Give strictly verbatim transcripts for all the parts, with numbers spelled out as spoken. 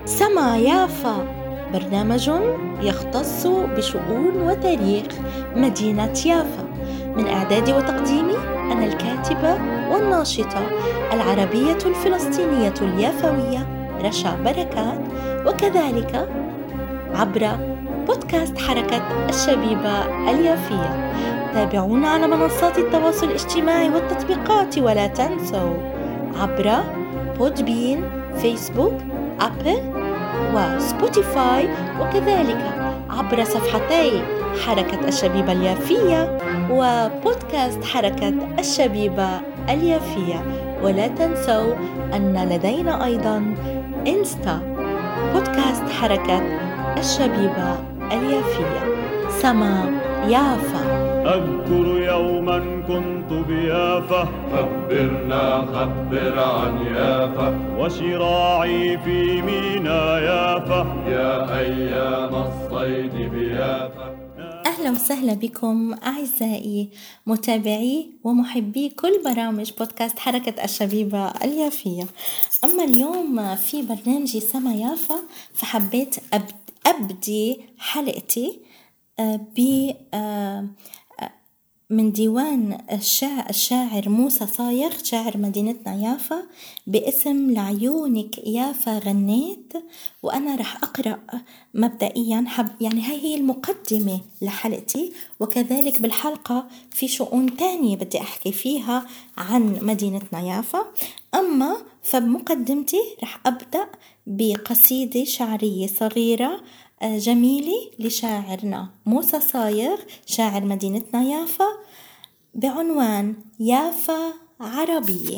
سما يافا، برنامج يختص بشؤون وتاريخ مدينة يافا. من إعدادي وتقديمي أنا الكاتبة والناشطة العربية الفلسطينية اليافوية رشا بركات، وكذلك عبر بودكاست حركة الشبيبة اليافية. تابعونا على منصات التواصل الاجتماعي والتطبيقات، ولا تنسوا عبر بودبين، فيسبوك، أبل وسبوتيفاي، وكذلك عبر صفحتي حركة الشبيبة اليافية وبودكاست حركة الشبيبة اليافية. ولا تنسوا أن لدينا أيضا إنستا بودكاست حركة الشبيبة اليافية. سما يافا. أذكر يوما كنت بيافا، خبرنا خبر عن يافا، وشراعي في مينا يافا، يا أيام الصيد بيافا. أهلا وسهلا بكم أعزائي متابعي ومحبي كل برامج بودكاست حركة الشبيبة اليافية. أما اليوم في برنامجي سما يافا، فحبيت أبدي حلقتي ب من ديوان الشاعر, الشاعر موسى صايغ، شاعر مدينتنا يافا، باسم لعيونك يافا غنيت. وأنا رح أقرأ مبدئيا حب يعني هاي هي المقدمة لحلقتي، وكذلك بالحلقة في شؤون تانية بدي أحكي فيها عن مدينتنا يافا. أما فبمقدمتي رح أبدأ بقصيدة شعرية صغيرة جميلة لشاعرنا موسى صايغ، شاعر مدينتنا يافا، بعنوان يافا عربية.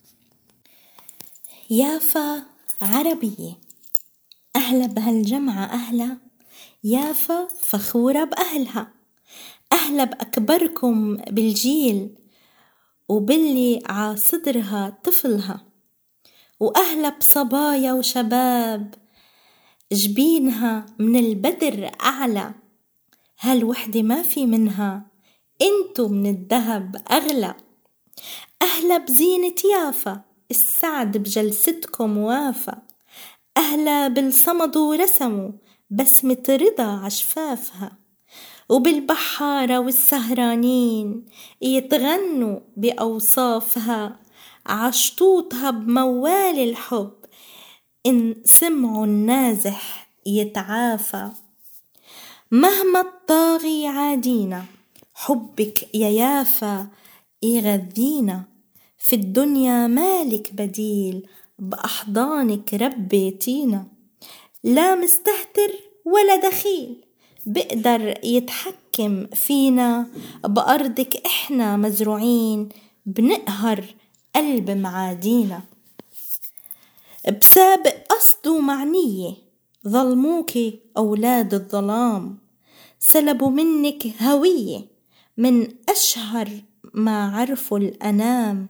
يافا عربية، أهلا بهالجمعة، أهلا يافا فخورة بأهلها، أهلا بأكبركم بالجيل وباللي عاصدرها طفلها، وأهلا بصبايا وشباب جبينها من البدر أعلى، هالوحدة ما في منها، انتو من الذهب أغلى. أهلا بزينة يافا، السعد بجلستكم وافا، أهلا بالصمد ورسموا بسمة رضا عشفافها، وبالبحارة والسهرانين يتغنوا بأوصافها، عشطوطها بموال الحب إن سمعوا النازح يتعافى. مهما الطاغي يعادينا، حبك يا يافا يغذينا، في الدنيا مالك بديل، بأحضانك ربيتينا، لا مستهتر ولا دخيل بقدر يتحكم فينا، بأرضك إحنا مزروعين، بنقهر قلب معادينا. بسابق قصد ومعنية ظلموكي أولاد الظلام، سلبوا منك هوية من أشهر ما عرفوا الأنام،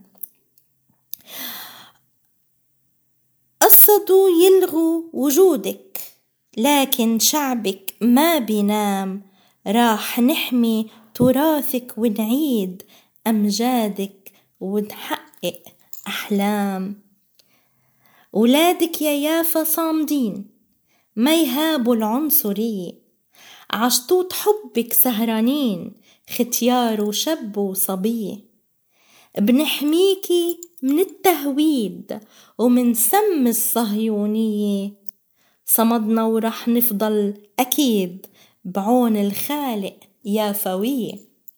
قصدوا يلغوا وجودك لكن شعبك ما بينام، راح نحمي تراثك ونعيد أمجادك ونحقق أحلام. ولادك يا يافا صامدين ما يهابوا العنصرية، عشطوط حبك سهرانين، ختيار وشب وصبية، بنحميكي من التهويد ومن سم الصهيونية، صمدنا ورح نفضل أكيد بعون الخالق يافوية.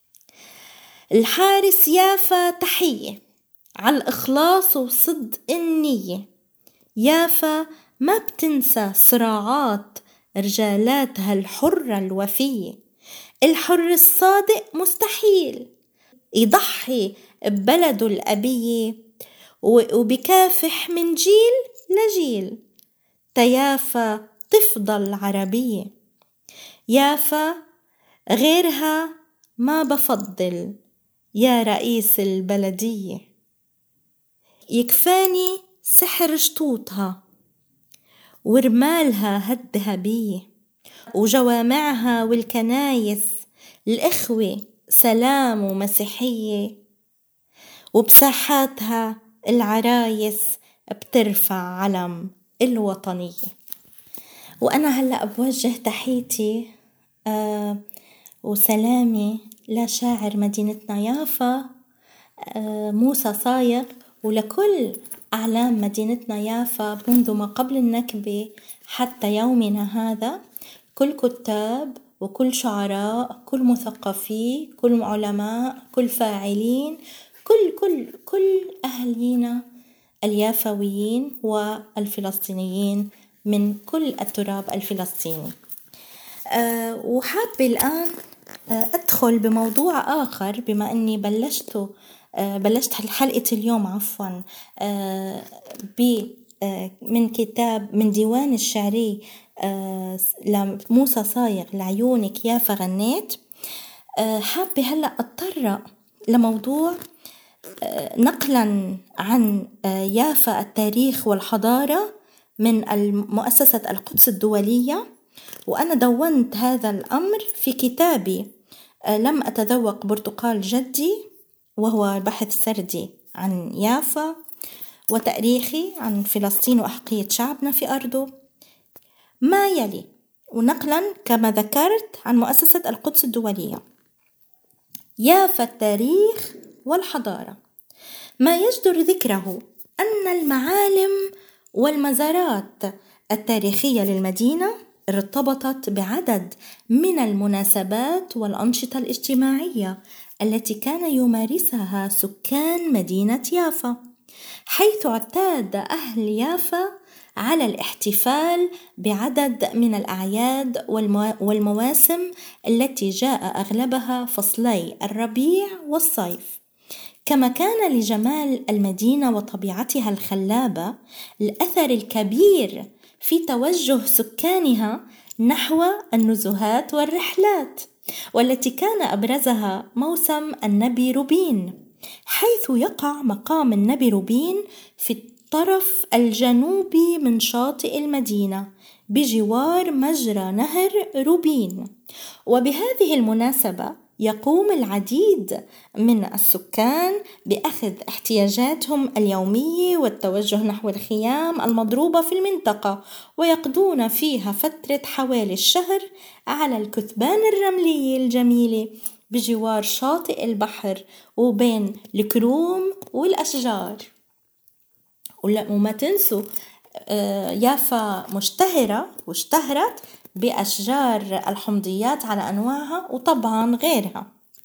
الحارس يافا تحية عالإخلاص وصدق النية، يافا ما بتنسى صراعات رجالاتها الحرة الوفية، الحر الصادق مستحيل يضحي ببلده الأبية، وبكافح من جيل لجيل تيافا تفضل عربية. يافا غيرها ما بفضل يا رئيس البلدية، يكفاني سحر شطوطها ورمالها هالذهبية، وجوامعها والكنايس الإخوة سلام ومسيحية، وبساحاتها العرايس بترفع علم الوطنية. وأنا هلأ بوجه تحيتي آه وسلامي لشاعر مدينتنا يافا آه موسى صايغ، ولكل أعلام مدينتنا يافا منذ ما قبل النكبة حتى يومنا هذا، كل كتاب وكل شعراء، كل مثقفي، كل علماء، كل فاعلين، كل كل كل أهلينا اليافويين والفلسطينيين من كل التراب الفلسطيني. أه وحابة الآن أه أدخل بموضوع آخر، بما أني بلشت أه بلشت حلقة اليوم عفوا أه ب أه من كتاب من ديوان الشعري أه لموسى صايغ لعيونك يافا غنيت. أه حابة هلأ أتطرق لموضوع أه نقلا عن أه يافا التاريخ والحضارة من مؤسسة القدس الدولية، وأنا دونت هذا الأمر في كتابي أه لم أتذوق برتقال جدي، وهو بحث سردي عن يافا وتاريخي عن فلسطين وأحقية شعبنا في أرضه، ما يلي ونقلا كما ذكرت عن مؤسسة القدس الدولية. يافا التاريخ والحضارة، ما يجدر ذكره أن المعالم والمزارات التاريخية للمدينة ارتبطت بعدد من المناسبات والأنشطة الاجتماعية التي كان يمارسها سكان مدينة يافا، حيث اعتاد أهل يافا على الاحتفال بعدد من الأعياد والمواسم التي جاء أغلبها فصلي الربيع والصيف. كما كان لجمال المدينة وطبيعتها الخلابة الأثر الكبير في توجه سكانها نحو النزهات والرحلات، والتي كان أبرزها موسم النبي روبين، حيث يقع مقام النبي روبين في الطرف الجنوبي من شاطئ المدينة بجوار مجرى نهر روبين. وبهذه المناسبة يقوم العديد من السكان بأخذ احتياجاتهم اليومية والتوجه نحو الخيام المضروبة في المنطقة، ويقضون فيها فترة حوالي الشهر على الكثبان الرملية الجميلة بجوار شاطئ البحر وبين الكروم والأشجار. وما تنسوا يافا مشتهرة واشتهرت بأشجار الحمضيات على أنواعها وطبعا غيرها.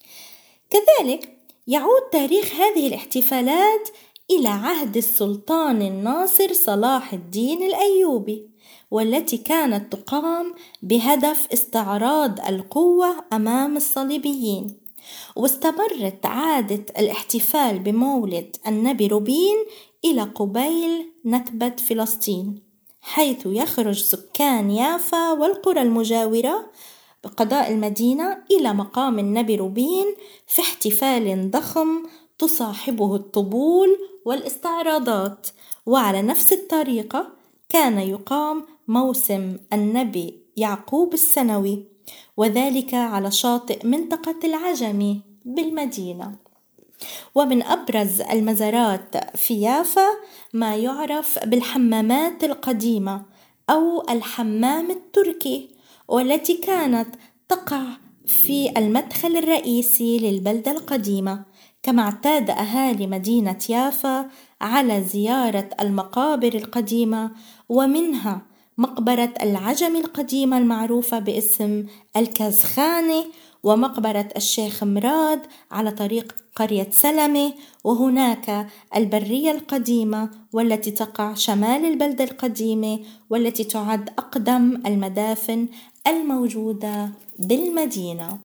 كذلك يعود تاريخ هذه الاحتفالات إلى عهد السلطان الناصر صلاح الدين الأيوبي، والتي كانت تقام بهدف استعراض القوة أمام الصليبيين. واستمرت عادة الاحتفال بمولد النبي روبين إلى قبيل نكبة فلسطين، حيث يخرج سكان يافا والقرى المجاورة بقضاء المدينة إلى مقام النبي روبين في احتفال ضخم تصاحبه الطبول والاستعراضات. وعلى نفس الطريقة كان يقام موسم النبي يعقوب السنوي، وذلك على شاطئ منطقة العجمي بالمدينة. ومن أبرز المزارات في يافا ما يعرف بالحمامات القديمة أو الحمام التركي، والتي كانت تقع في المدخل الرئيسي للبلدة القديمة. كما اعتاد أهالي مدينة يافا على زيارة المقابر القديمة، ومنها مقبرة العجمي القديمة المعروفة باسم الكازخانة، ومقبرة الشيخ مراد على طريق قرية سلمة، وهناك البرية القديمة والتي تقع شمال البلدة القديمة، والتي تعد أقدم المدافن الموجودة بالمدينة.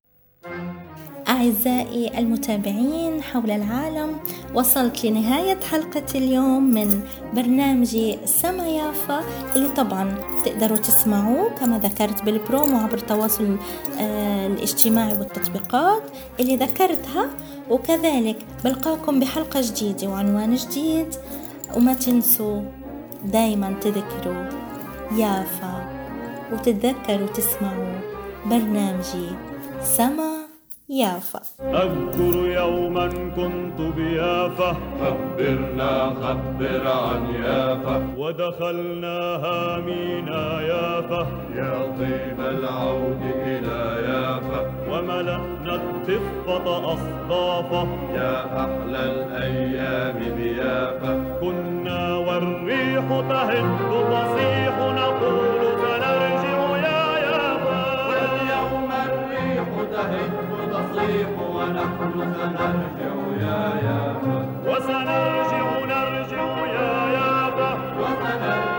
أعزائي المتابعين حول العالم، وصلت لنهاية حلقة اليوم من برنامجي سما يافا، اللي طبعا تقدروا تسمعوه كما ذكرت بالبرومو عبر التواصل آه الاجتماعي والتطبيقات اللي ذكرتها. وكذلك بلقاكم بحلقة جديدة وعنوان جديد، وما تنسوا دايما تذكروا يافا وتتذكروا تسمعوا برنامجي سما يافا. أذكر يوما كنت بيافا، خبرنا خبر عن يافا، ودخلناها مينا يافا، يا طيب العود إلى يافا، وملأنا الضفة أصدافا، يا أحلى الأيام بيافا. كنا والريح تهد تصيح نقول سنرجع يا يافا، واليوم الريح تهد تصيح ونحن سنرجع يا يافا، وسنرجع نرجع يا يافا، وسنرجع